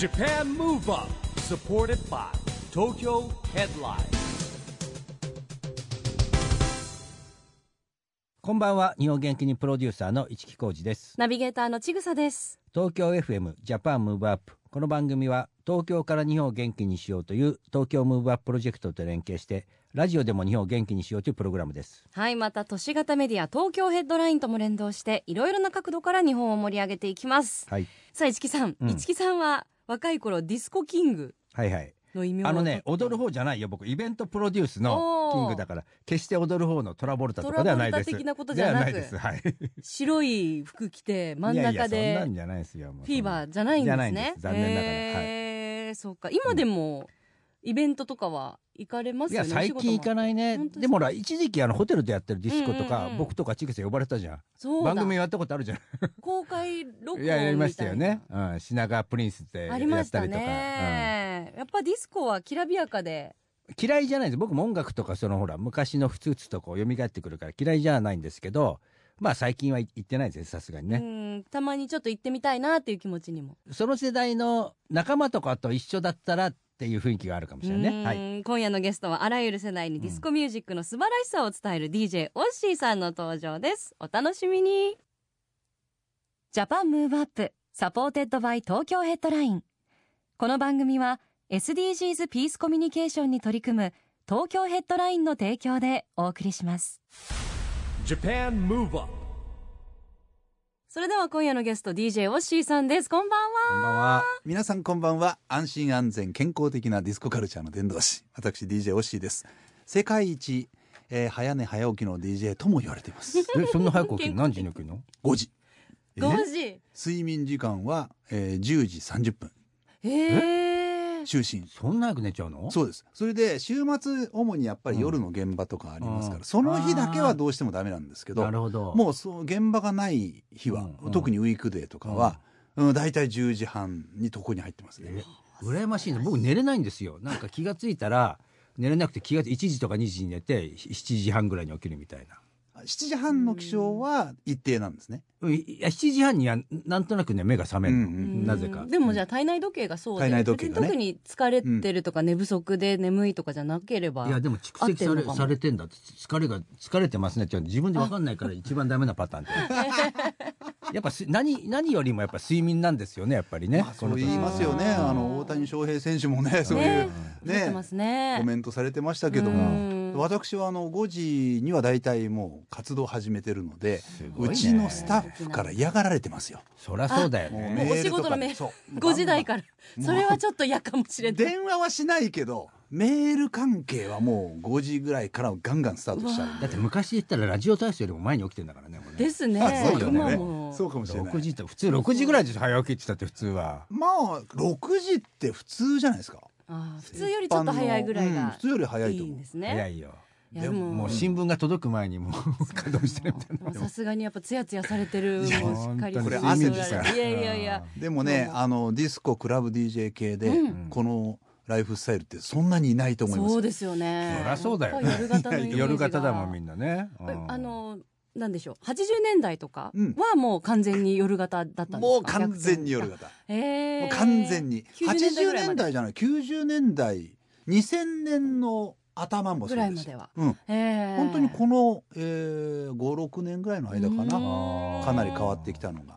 Japan Move Up supported by Tokyo Headline。 こんばんは。日本元気にプロデューサーの市木浩司です。 ナビゲーターのちぐさです。 東京 FM ジャパンムーブアップ。この番組は東京から日本を元気にしようという東京ムーブアッププロジェクトと連携してラジオでも日本を元気にしようというプログラムです。 はい、また都市型メディア東京ヘッドラインとも連動していろいろな角度から日本を盛り上げていきます。 はい。 さあ市木さん、市木さんは若い頃ディスコキングはいはい。 の異名を踊る方じゃないよ。僕イベントプロデュースのキングだから決して踊る方のトラボルタとかではないです。 トラボルタ的なことじゃなく、 ではないです。はい。 白い服着て真ん中でいやいやそんなんじゃないですよ。もうフィーバーじゃないんですね。 じゃないんです。残念ながら。はい。 そうか。今でもイベントとかは行かれますよね。 いや最近行かないね。でもほら一時期ホテルでやってるディスコとか、僕とかちぐさ呼ばれたじゃん。 そうだ。 番組やったことあるじゃん。 公開録音みたいな。 やりましたよね。品川プリンスでやったりとか。 ありましたね。やっぱディスコはきらびやかで。 嫌いじゃないです。僕も音楽とかほら昔のふつふつとこう蘇ってくるから嫌いじゃないんですけど、まあ最近は行ってないですさすがにね。 たまにちょっと行ってみたいなっていう気持ちにも。 その世代の仲間とかと一緒だったらっていう雰囲気があるかもしれないね。はい。 今夜のゲストはあらゆる世代にディスコミュージックの素晴らしさを伝える DJ オッシーさんの登場です。お楽しみに。ジャパンムーブアップサポーテッドバイ東京ヘッドライン。この番組は SDGs ピースコミュニケーションに取り組む東京ヘッドラインの提供でお送りします。 Japan Move Up。 それでは今夜のゲスト DJ オッシーさんです。こんばんは。 こんばんは。 皆さんこんばんは。安心安全健康的なディスコカルチャーの伝道師、私 DJ オッシーです。世界一、早寝早起きの DJ とも言われています。 そんな早く起きるの？何時に起きるの ？5時。 5時。 睡眠時間は、10時30分。就寝。 そんな早く寝ちゃうの？ そうです。それで週末主にやっぱり夜の現場とかありますから、その日だけはどうしてもダメなんですけど、 なるほど。 もうそう現場がない日は、特にウィークデーとかは、だいたい10時半に床に入ってますね。 羨ましいね。僕寝れないんですよ。なんか気がついたら寝れなくて1時とか2時に寝て7時半ぐらいに起きるみたいな。 7時半の起床は一定なんですね。 いや7時半にはなんとなくね目が覚めるの、なぜか。 でもじゃあ体内時計がそうで、 体内時計がね、 特に疲れてるとか寝不足で眠いとかじゃなければ、 いやでも蓄積されてんだって。疲れてますねって自分で分かんないから一番ダメなパターンってやっぱ何よりもやっぱ睡眠なんですよね、やっぱりね。 そう言いますよね。大谷翔平選手もね、そういうねコメントされてましたけども、私は5時にはだいたいもう活動始めてるので、うちのスタッフから嫌がられてますよ。 そりゃそうだよね。 お仕事のメール5時台からそれはちょっと嫌かもしれない。 電話はしないけどメール関係はもう5時ぐらいからガンガンスタートしちゃう。 だって昔言ったらラジオ体操よりも前に起きてんだからね。もうねですね。 そうよね。 今もそうかもしれない。 6時って普通6時ぐらいで早起きって言ったって普通は。 まあ6時って普通じゃないですか。 普通よりちょっと早いぐらいが普通より早いと思う。 いいんですね。 早いよ。 でももう新聞が届く前にもう稼働してるみたいな。 さすがにやっぱツヤツヤされてる。しっかりこれ汗ですから。 いやいや。 でもね、ディスコクラブ DJ 系でこのライフスタイルってそんなにいないと思います。 そうですよね。 そりゃそうだよね。夜型だもんみんなね。 なんでしょう、80年代とかはもう完全に夜型だったんですか？ もう完全に夜型。もう完全に。80年代じゃない、90年代、2000年の頭もそうです。 ぐらいまでは。 本当にこの、5、6年ぐらいの間かな。かなり変わってきたのが。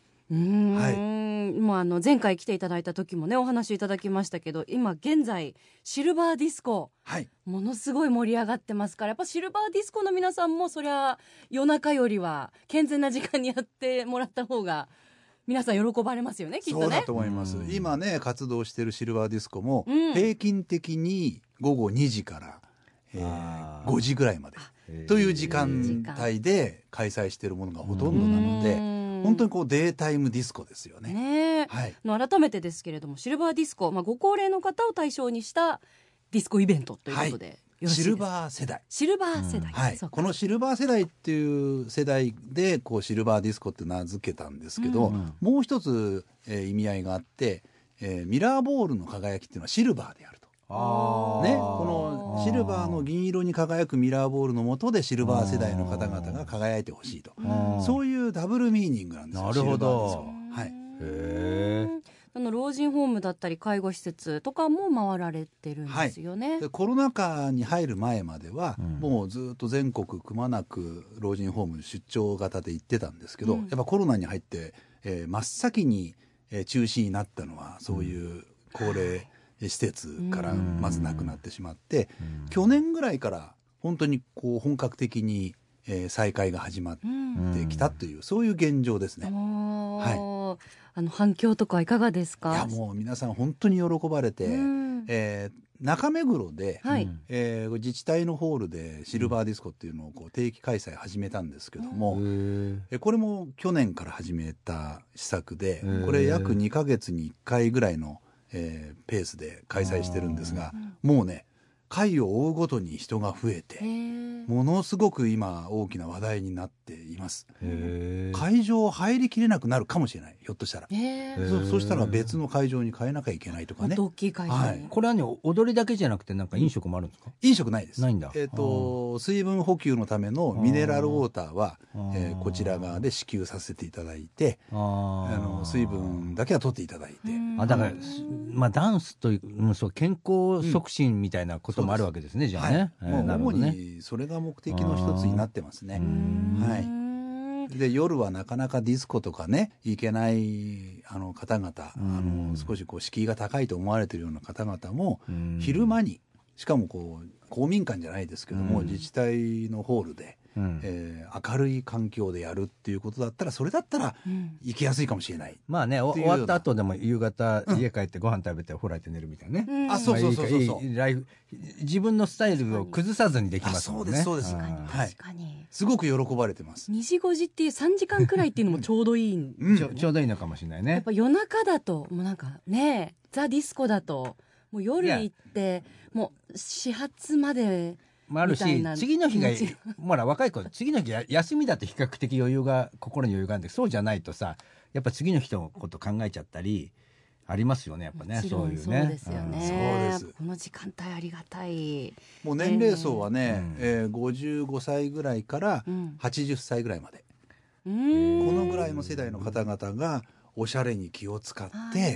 もう前回来ていただいた時もねお話いただきましたけど、今現在シルバーディスコ、ものすごい盛り上がってますから、やっぱシルバーディスコの皆さんもそりゃ夜中よりは健全な時間にやってもらった方が皆さん喜ばれますよね、きっとね。 そうだと思います。今ね活動してるシルバーディスコも平均的に午後2時から5時ぐらいまでという時間帯で開催しているものがほとんどなので、本当にこうデータイムディスコですよね。 改めてですけれども、シルバーディスコ、ご高齢の方を対象にしたディスコイベントということで、 シルバー世代。 シルバー世代、 このシルバー世代っていう世代でこうシルバーディスコって名付けたんですけど、もう一つ、意味合いがあって、ミラーボールの輝きっていうのはシルバーであると。このシルバーの銀色に輝くミラーボールの下でシルバー世代の方々が輝いてほしいと、そういうダブルミーニングなんですよ。 なるほど。 老人ホームだったり介護施設とかも回られてるんですよね。 でコロナ禍に入る前までは、もうずっと全国くまなく老人ホーム出張型で行ってたんですけど、やっぱコロナに入って、真っ先に、中止になったのはそういう高齢施設からまずなくなってしまって、去年ぐらいから本当にこう本格的に、再開が始まってきたという、そういう現状ですね。はい、 反響とかいかがですか？ いやもう皆さん本当に喜ばれて、中目黒で、 はい自治体のホールでシルバーディスコっていうのをこう定期開催始めたんですけども、これも去年から始めた施策で、これ約2ヶ月に1回ぐらいの、ペースで開催してるんですが、もうね回を追うごとに人が増えて、ものすごく今大きな話題になっています。会場入りきれなくなるかもしれない、ひょっとしたら。そしたら別の会場に変えなきゃいけないとかね。 大きい会場、 はい、 これはね踊りだけじゃなくてなんか飲食もあるんですか？ 飲食ないです。 ないんだ。 水分補給のためのミネラルウォーターは、こちら側で支給させていただいて、水分だけは取っていただいて。 だから、まあ、ダンスという、そう健康促進みたいなこともあるわけですね、じゃあね。 もう主にそれが目的の一つになってますね。はい、で夜はなかなかディスコとかね行けない方々、少しこう敷居が高いと思われているような方々も昼間に、しかもこう公民館じゃないですけども、自治体のホールで、明るい環境でやるっていうことだったら、それだったら行きやすいかもしれない。 まあね、終わった後でも夕方家帰ってご飯食べてお風呂入って寝るみたいなね。 そうライフ、自分のスタイルを崩さずにできますもんね。 そうです。 確かに、 すごく喜ばれてます。 2時5時っていう3時間くらいっていうのもちょうどいいちょうどいいのかもしれないね。 やっぱ夜中だともうなんかね、ザ・ディスコだともう夜行ってもう始発までもあるし、次の日がほら若い子次の日休みだと比較的心に余裕があるんで、そうじゃないとさ、やっぱ次の人のこと考えちゃったりありますよね、やっぱね。そういうね。 そうですよね。そうです。この時間帯ありがたい。 もう年齢層はね、55歳ぐらいから80歳ぐらいまで、このぐらいの世代の方々がおしゃれに気を使って、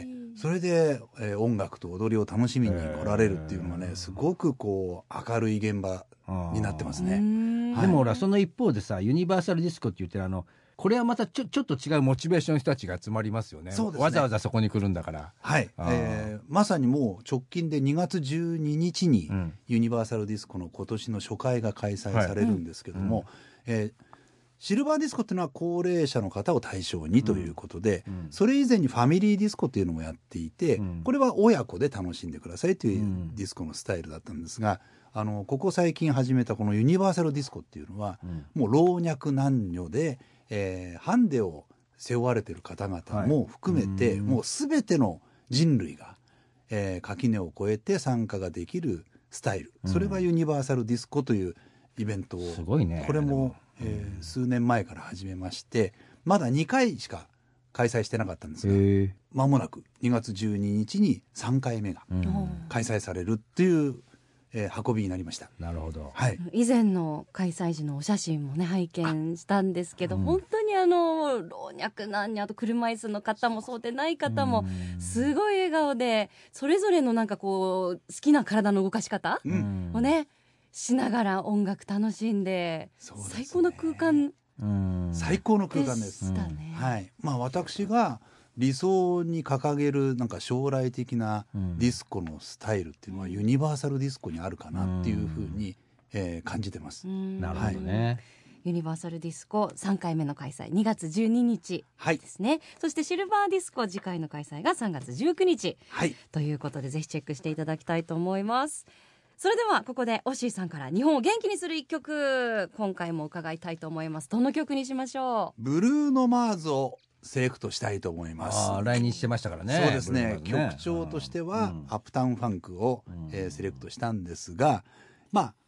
それで、音楽と踊りを楽しみに来られるっていうのはね、すごくこう明るい現場になってますね。 でもほらその一方でさ、ユニバーサルディスコって言ってるこれはまたちょっと違うモチベーションの人たちが集まりますよね。そうですね。わざわざそこに来るんだから。 はい、まさにもう直近で2月12日にユニバーサルディスコの今年の初回が開催されるんですけども、シルバーディスコっていうのは高齢者の方を対象にということで、それ以前にファミリーディスコっていうのもやっていて、これは親子で楽しんでくださいというディスコのスタイルだったんですが、ここ最近始めたこのユニバーサルディスコっていうのは、もう老若男女で、ハンデを背負われている方々も含めて、もう全ての人類が、垣根を越えて参加ができるスタイル、それがユニバーサルディスコというイベントを、 すごいね、 これも数年前から始めまして、まだ2回しか開催してなかったんですが、間もなく2月12日に3回目が開催されるっていう、運びになりました。 なるほど。 はい、 以前の開催時のお写真もね拝見したんですけど、本当に老若男女、あと車椅子の方もそうでない方もすごい笑顔で、それぞれのなんかこう好きな体の動かし方をね、しながら音楽楽しんで、最高の空間、 最高の空間です。はい、まあ私が理想に掲げるなんか将来的なディスコのスタイルっていうのはユニバーサルディスコにあるかなっていうふうに、感じてます。 なるほどね。 ユニバーサルディスコ3回目の開催2月12日ですね、そしてシルバーディスコ次回の開催が3月19日、ということでぜひチェックしていただきたいと思います。それではここでオッシーさんから日本を元気にする一曲、今回も伺いたいと思います。どの曲にしましょう？ ブルーノ・マーズをセレクトしたいと思います。 来日してましたからね。 そうですね。曲調としてはアップタウンファンクを、セレクトしたんですが、まあ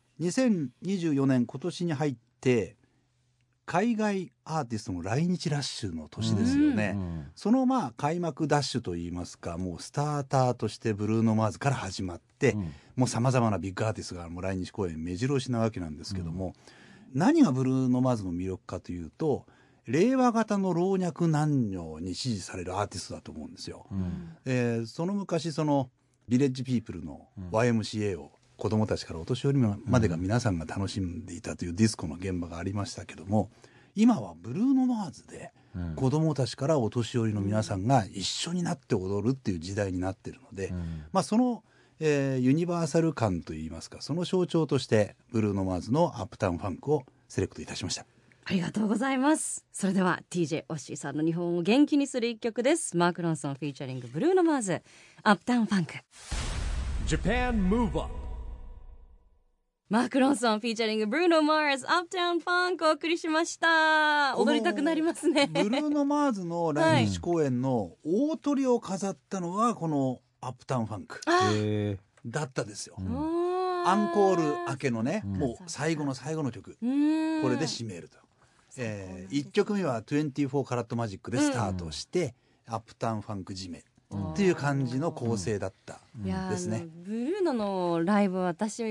2024年今年に入って海外アーティストの来日ラッシュの年ですよね。そのまあ開幕ダッシュといいますか、もうスターターとしてブルーノ・マーズから始まって、もうさまざまなビッグアーティストがもう来日公演目白押しなわけなんですけども、何がブルーノ・マーズの魅力かというと、 令和型の老若男女に支持されるアーティストだと思うんですよ。その昔そのビレッジピープルの YMCA を子どもたちからお年寄りまでが皆さんが楽しんでいたというディスコの現場がありましたけども、今はブルーノ・マーズで子どもたちからお年寄りの皆さんが一緒になって踊るっていう時代になっているので、その、ユニバーサル感といいますか、その象徴としてブルーノ・マーズのアップタウンファンクをセレクトいたしました。 ありがとうございます。それでは TJ オッシーさんの日本を元気にする一曲です。マーク・ロンソンフィーチャリングブルーノ・マーズ、アップタウンファンク。 Japan Move Up。 マーク・ロンソンフィーチャリングブルーノ・マーズ、アップタウンファンクをお送りしました。踊りたくなりますね。 ブルーノ・マーズの来日公演の大トリを飾ったのはこのアップタウンファンクだったですよ。アンコール明けのね、もう最後の最後の曲、これで締めると。1曲目は24カラットマジックでスタートして、アップタウンファンク締めっていう感じの構成だったですね。 ブルーノのライブは私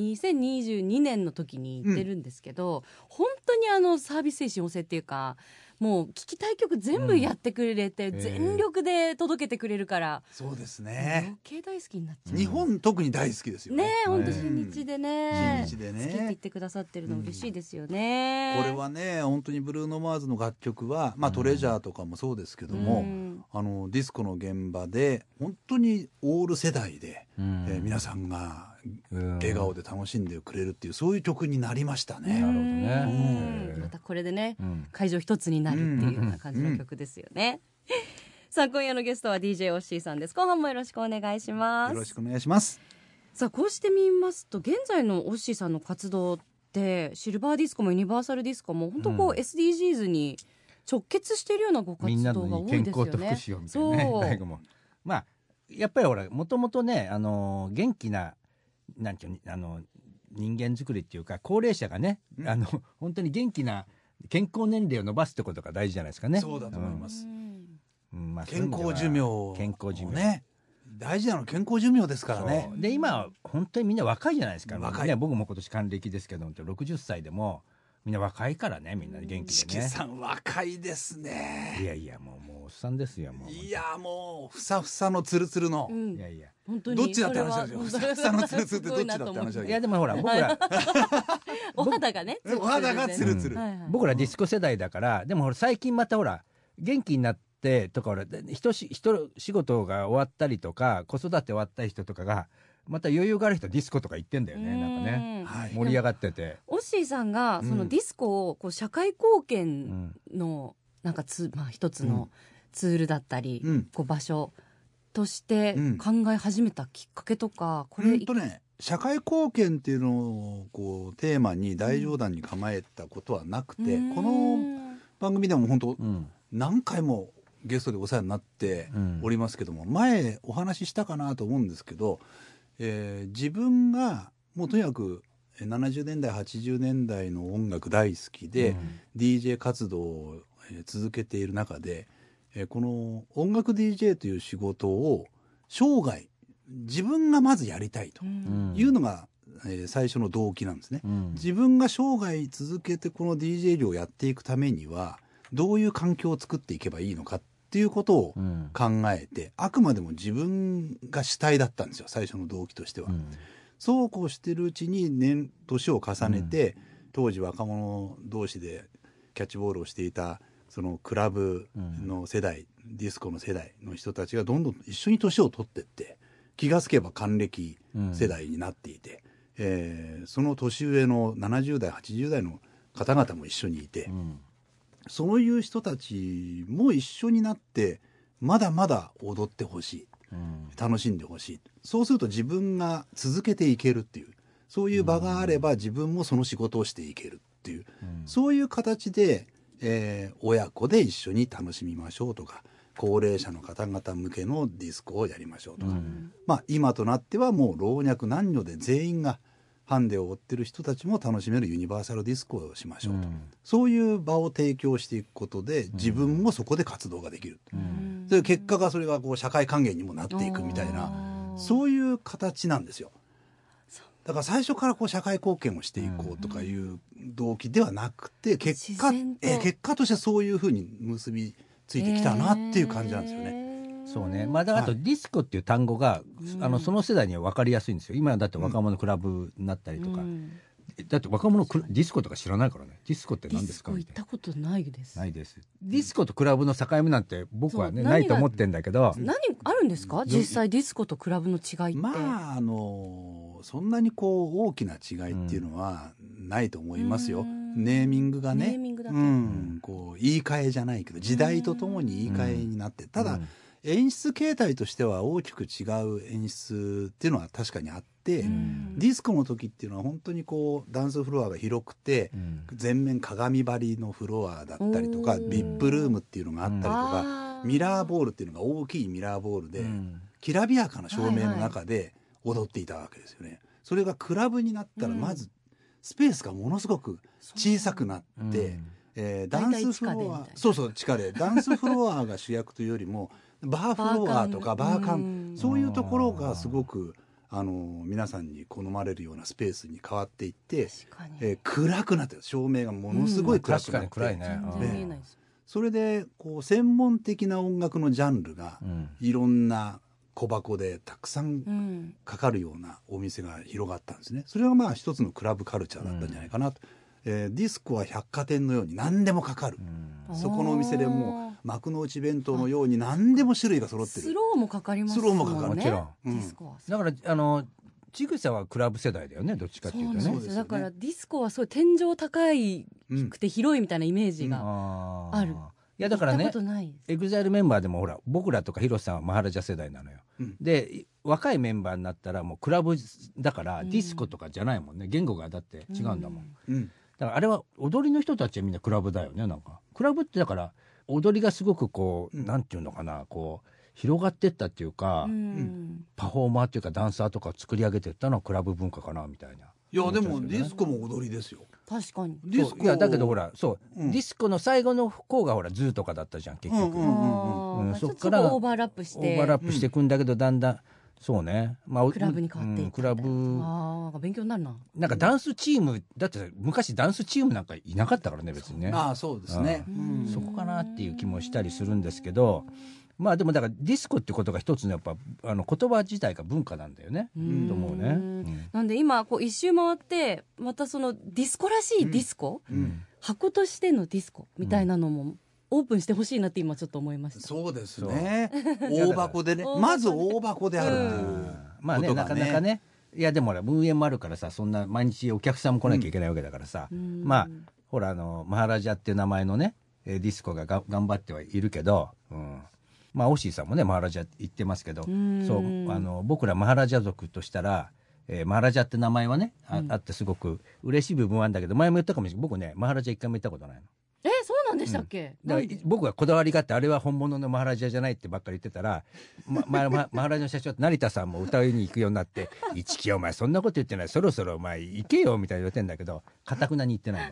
2022年の時に行ってるんですけど、本当にサービス精神旺盛っていうか、もう聴きたい曲全部やってくれて、全力で届けてくれるから、 そうですね、 余計大好きになっちゃう。 日本特に大好きですよね。 本当親日でね、 親日でね、 好きって言ってくださってるの嬉しいですよね。 これはね、本当にブルーノ・マーズの楽曲は、トレジャーとかもそうですけども、ディスコの現場で本当にオール世代で、皆さんが笑顔で楽しんでくれるっていう、そういう曲になりましたね。 なるほどね。 またこれでね、会場一つになるっていうような感じの曲ですよね。さあ今夜のゲストは DJ オッシーさんです。後半もよろしくお願いします。 よろしくお願いします。 さあこうしてみますと、現在のオッシーさんの活動ってシルバーディスコもユニバーサルディスコも本当こう、SDGs に直結しているようなご活動が多いですよね。みんなの健康と福祉をみたいなね。最後もやっぱりほらもともとね、元気ななんていう人間作りっていうか、高齢者がね、本当に元気な健康年齢を伸ばすってことが大事じゃないですかね。 そうだと思います。 健康寿命ね、大事なの健康寿命ですからね。 で今本当にみんな若いじゃないですか。若い、ね、僕も今年還暦ですけど60歳でもみんな若いからね、みんな元気でね。 四季さん若いですね。 いやいやもうおっさんですよ。もういやもうふさふさのツルツルの、 いやいや本当にどっちだって話ですよ。ふさふさのツルツルってどっちだって話だけど。 いやでもほら僕らお肌がね、 お肌がツルツル、 僕らディスコ世代だから。でもほら最近またほら元気になってとか、ほら人仕事が終わったりとか子育て終わった人とかがまた余裕がある人ディスコとか行ってんだよね。なんかね、盛り上がってて、 オッシーさんがそのディスコをこう社会貢献のなんか一つのツールだったり、こう場所として考え始めたきっかけとか、これ社会貢献っていうのをこうテーマに大冗談に構えたことはなくて、この番組でも本当、何回もゲストでお世話になっておりますけども、前お話ししたかなと思うんですけど、自分がもうとにかく70年代80年代の音楽大好きで、DJ 活動を続けている中で、この音楽 DJ という仕事を生涯自分がまずやりたいというのが、最初の動機なんですね。自分が生涯続けてこの DJ 業をやっていくためにはどういう環境を作っていけばいいのかっていうことを考えて、あくまでも自分が主体だったんですよ、最初の動機としては。そうこうしてるうちに年を重ねて、当時若者同士でキャッチボールをしていたそのクラブの世代、ディスコの世代の人たちがどんどん一緒に年を取ってって、気がつけば還暦世代になっていて、その年上の70代80代の方々も一緒にいて、そういう人たちも一緒になってまだまだ踊ってほしい、楽しんでほしい。そうすると自分が続けていけるっていう、そういう場があれば自分もその仕事をしていけるっていう、そういう形で、親子で一緒に楽しみましょうとか、高齢者の方々向けのディスコをやりましょうとか、今となってはもう老若男女で全員がハンデを負ってる人たちも楽しめるユニバーサルディスコをしましょうと、そういう場を提供していくことで自分もそこで活動ができる、それ結果がそれがこう社会還元にもなっていくみたいな、そういう形なんですよ。 だから最初からこう社会貢献をしていこうとかいう動機ではなくて、結果としてそういうふうに結びついてきたなっていう感じなんですよね。 そうね。まあだからあとディスコっていう単語が、その世代には分かりやすいんですよ。今だって若者クラブになったりとか。だって若者ディスコとか知らないからね。ディスコって何ですか？ ディスコ行ったことないです。 ないです。ディスコとクラブの境目なんて僕はねないと思ってんだけど。 何あるんですか？実際ディスコとクラブの違いって。 まあそんなにこう大きな違いっていうのはないと思いますよ。ネーミングがね、こう言い換えじゃないけど時代とともに言い換えになって、ただ演出形態としては大きく違う演出っていうのは確かにあって、ディスコの時っていうのは本当にこうダンスフロアが広くて、全面鏡張りのフロアだったりとか、ビップルームっていうのがあったりとか、ミラーボールっていうのが大きいミラーボールで、きらびやかな照明の中で踊っていたわけですよね。それがクラブになったらまずスペースがものすごく小さくなって、ダンスフロア、地下でダンスフロアが主役というよりもバーフロアとかバーカン、そういうところがすごく皆さんに好まれるようなスペースに変わっていって、暗くなって照明がものすごい暗くなって、 暗いね。 それでこう専門的な音楽のジャンルがいろんな小箱でたくさんかかるようなお店が広がったんですね。それがまあ一つのクラブカルチャーだったんじゃないかなと。ディスコは百貨店のように何でもかかる、そこのお店でもう幕の内弁当のように何でも種類が揃ってる。 スローもかかりますよね。 スローもかかる、 もちろん。 ディスコはだからちぐさはクラブ世代だよね、どっちかっていうとね。 そうなんですよ。だからディスコはそう天井高いくて広いみたいなイメージがある。 いやだからね、 エグザイルメンバーでもほら僕らとかヒロさんはマハラジャ世代なのよ、で若いメンバーになったらもうクラブだからディスコとかじゃないもんね、言語がだって違うんだもん、だからあれは踊りの人たちはみんなクラブだよね。なんかクラブってだから踊りがすごくこう、なんていうのかな、こう広がってったっていうか、パフォーマーっていうかダンサーとか作り上げてったのはクラブ文化かなみたいな。 いやでもディスコも踊りですよ。 確かに。 ディスコ、 いやだけどほらそう、ディスコの最後の方がほらズーとかだったじゃん結局。 そっからオーバーラップしていくんだけど、だんだんそうね、まあ、 クラブに変わっていった、 クラブ勉強になるな。 なんかダンスチームだって昔ダンスチームなんかいなかったからね別にね。 そうですね、 そこかなっていう気もしたりするんですけど、まあでもだからディスコってことが一つのやっぱ言葉自体が文化なんだよねと思うね。 なんで今こう一周回ってまたそのディスコらしいディスコ、箱としてのディスコみたいなのもオープンしてほしいなって今ちょっと思いました。 そうですね。大箱でね、まず大箱であるっていうまあね、なかなかね。いやでもほら運営もあるからさ、そんな毎日お客さんも来なきゃいけないわけだからさ、まあほらマハラジャっていう名前のねディスコが頑張ってはいるけど、まあオッシーさんもねマハラジャ言ってますけど、そう僕らマハラジャ族としたら、マハラジャって名前はね あってすごく嬉しい部分はあるんだけど、前も言ったかもしれない、僕ねマハラジャ一回も行ったことないの。 そうなんでしたっけ？ だから僕がこだわりがあって、あれは本物のマハラジャじゃないってばっかり言ってたら、マハラジャの社長って成田さんも歌いに行くようになって「一木お前そんなこと言ってない、そろそろお前行けよ」みたいに言われてんだけど、堅くなに言ってないの。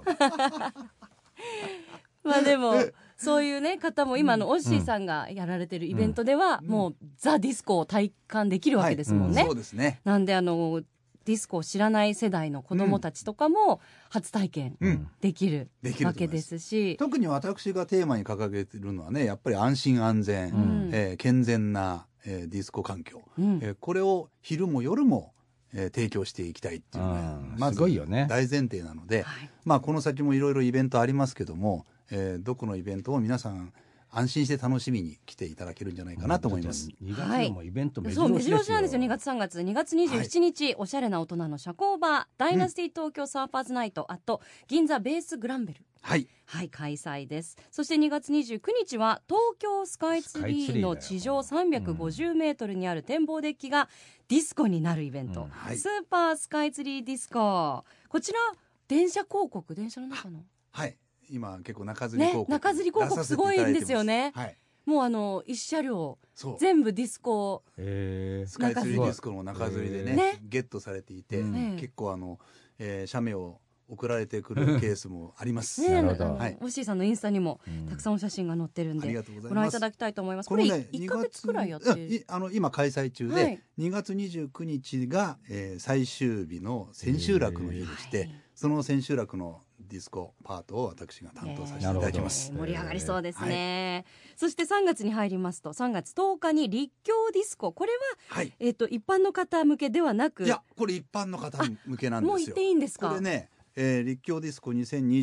まあでもそういうね方も今のオッシーさんがやられてるイベントではもうザ・ディスコを体感できるわけですもんね。 そうですね。 なんでディスコを知らない世代の子どもたちとかも初体験できるわけですし、 特に私がテーマに掲げているのはね、やっぱり安心安全、健全な、ディスコ環境、これを昼も夜も、提供していきたいっていうのがまず大前提なので、まあこの先もいろいろイベントありますけども、どこのイベントも皆さん安心して楽しみに来ていただけるんじゃないかなと思います。 2月もイベント目白押しですよ。そう目白押しなんですよ。2月3月2月27日、おしゃれな大人の社交場ダイナスティ東京サーファーズナイト銀座ベースグランベル、開催です。そして2月29日は東京スカイツリーの地上350メートルにある展望デッキがディスコになるイベント、スーパースカイツリーディスコ。こちら電車の中の今結構中吊り広告、 中吊り広告すごいんですよね。もう一車両全部ディスコ、 スカイツリーディスコの中吊りでねゲットされていて、結構写メを送られてくるケースもあります。 ねえ、 なるほどオッシーさんのインスタにもたくさんお写真が載ってるんで、 ありがとうございます。 ご覧いただきたいと思います。これ1ヶ月くらいやって今開催中で、 はい、 2月29日が、最終日の千秋楽の日でして、その千秋楽のディスコパートを私が担当させていただきます。 盛り上がりそうですね、そして3月に入りますと3月10日に立教ディスコ、これは、一般の方向けではなく、 いやこれ一般の方向けなんですよ。 もう行っていいんですか。 これね、立教ディスコ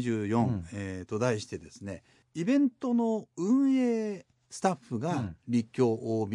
2024、と題してですね、イベントの運営スタッフが立教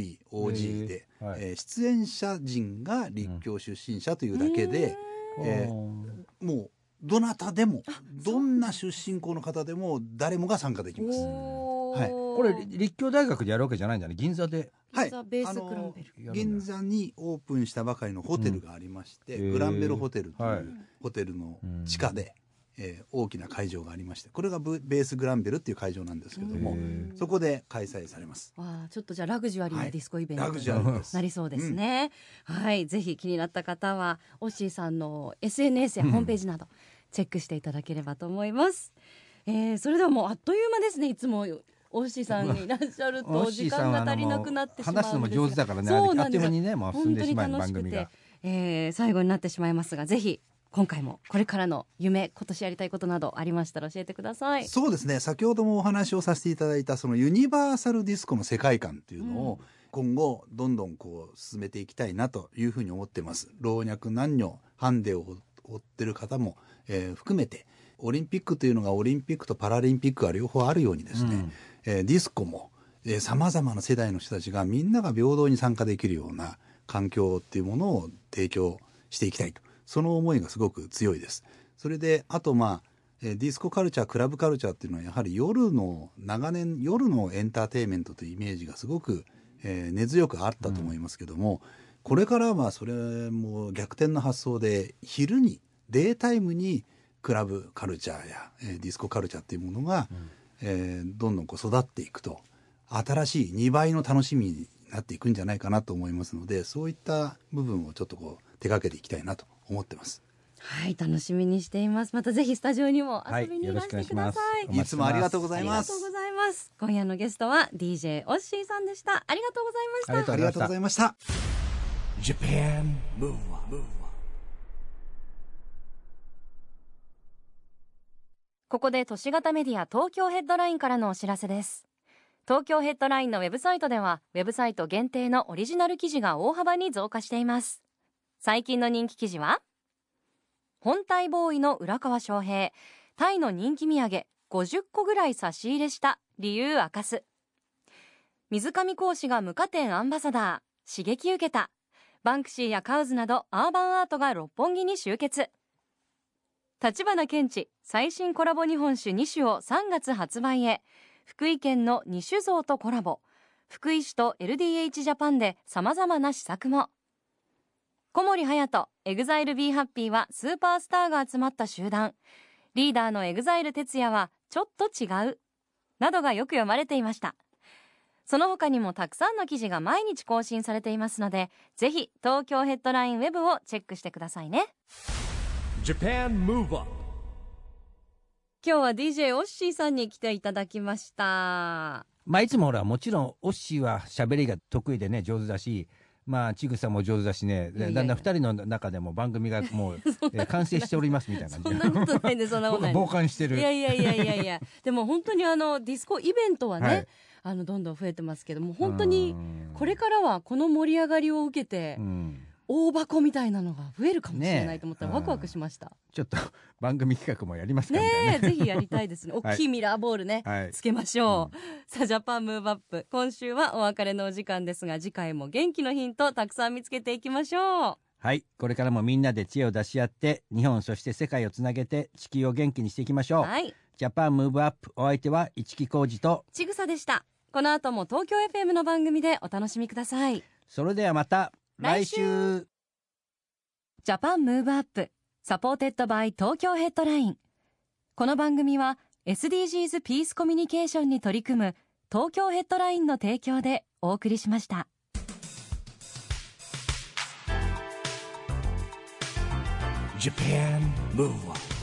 OB、OG で、出演者陣が立教出身者というだけで、もうどなたでもどんな出身校の方でも誰もが参加できます。 これ立教大学でやるわけじゃないんだね。銀座で。 ベースグランベル、 銀座にオープンしたばかりのホテルがありまして、グランベルホテルというホテルの地下で、大きな会場がありまして、これがベースグランベルっていう会場なんですけども、そこで開催されます。 ちょっとじゃあラグジュアリーなディスコイベントになりそうですね、ぜひ気になった方はオッシーさんの SNS やホームページなどチェックしていただければと思います、それではもうあっという間ですね。いつもオッシーさんがいらっしゃると時間が足りなくなってしまうんですが、 話すのも上手だからね、あっという間にねもう進んでしまう番組が、 最後になってしまいますが、ぜひ今回もこれからの夢、今年やりたいことなどありましたら教えてください。 そうですね、先ほどもお話をさせていただいたそのユニバーサルディスコの世界観っていうのを今後どんどんこう進めていきたいなというふうに思ってます。老若男女ハンデを追ってる方も、含めてオリンピックというのがオリンピックとパラリンピックが両方あるようにですね、ディスコもさまざまな世代の人たちがみんなが平等に参加できるような環境っていうものを提供していきたいと、その思いがすごく強いです。それであとディスコカルチャー、クラブカルチャーっていうのはやはり長年夜のエンターテインメントというイメージがすごく、根強くあったと思いますけども、これからはそれも逆転の発想で昼にデイタイムにクラブカルチャーや、ディスコカルチャーっていうものが、どんどん育っていくと新しい2倍の楽しみになっていくんじゃないかなと思いますので、そういった部分をちょっと手掛けていきたいなと思ってます。 楽しみにしています。またぜひスタジオにも遊びにいらしてください。 いつもありがとうございます。 ありがとうございます。今夜のゲストは DJ オッシーさんでした。ありがとうございました。 ありがとうございました。 Japan Move Up。 ここで都市型メディア東京ヘッドラインからのお知らせです。東京ヘッドラインのウェブサイトではウェブサイト限定のオリジナル記事が大幅に増加しています。最近の人気記事は、本体ボーイの浦川翔平、タイの人気土産50個ぐらい差し入れした理由明かす、水上講師が無花店アンバサダー、刺激受けた、バンクシーやカウズなどアーバンアートが六本木に集結、立花健治最新コラボ日本酒2種を3月発売へ、福井県の2酒造とコラボ、福井市と LDH ジャパンで様々な施策も、小森隼人 EXILEBeHappy はスーパースターが集まった集団、リーダーの EXILE 哲也はちょっと違うなどがよく読まれていました。その他にもたくさんの記事が毎日更新されていますので、ぜひ東京ヘッドラインウェブをチェックしてくださいね。 Japan Move Up。 今日は DJ オッシーさんに来ていただきました。 いつももちろんオッシーは喋りが得意でね上手だし、ちぐさも上手だしね、だんだん2人の中でも番組がもう完成しておりますみたいな感じ。 そんなことないんで、そんなことない。 傍観してる。 いやでも本当にディスコイベントはね、どんどん増えてますけども、本当にこれからはこの盛り上がりを受けて、大箱みたいなのが増えるかもしれないと思ったらワクワクしました。 ちょっと番組企画もやりますかね。 ぜひやりたいですね。大きいミラーボールね、つけましょう。さあ、ジャパンムーブアップ、今週はお別れのお時間ですが、次回も元気のヒントたくさん見つけていきましょう。 はい、これからもみんなで知恵を出し合って日本そして世界をつなげて地球を元気にしていきましょう。ジャパンムーブアップ、お相手は市木浩二とちぐさでした。この後も東京 FM の番組でお楽しみください。 それではまた来週。 ジャパンムーブアップ、サポーテッドバイ東京ヘッドライン。この番組は SDGs ピースコミュニケーションに取り組む東京ヘッドラインの提供でお送りしました。 Japan Move Up。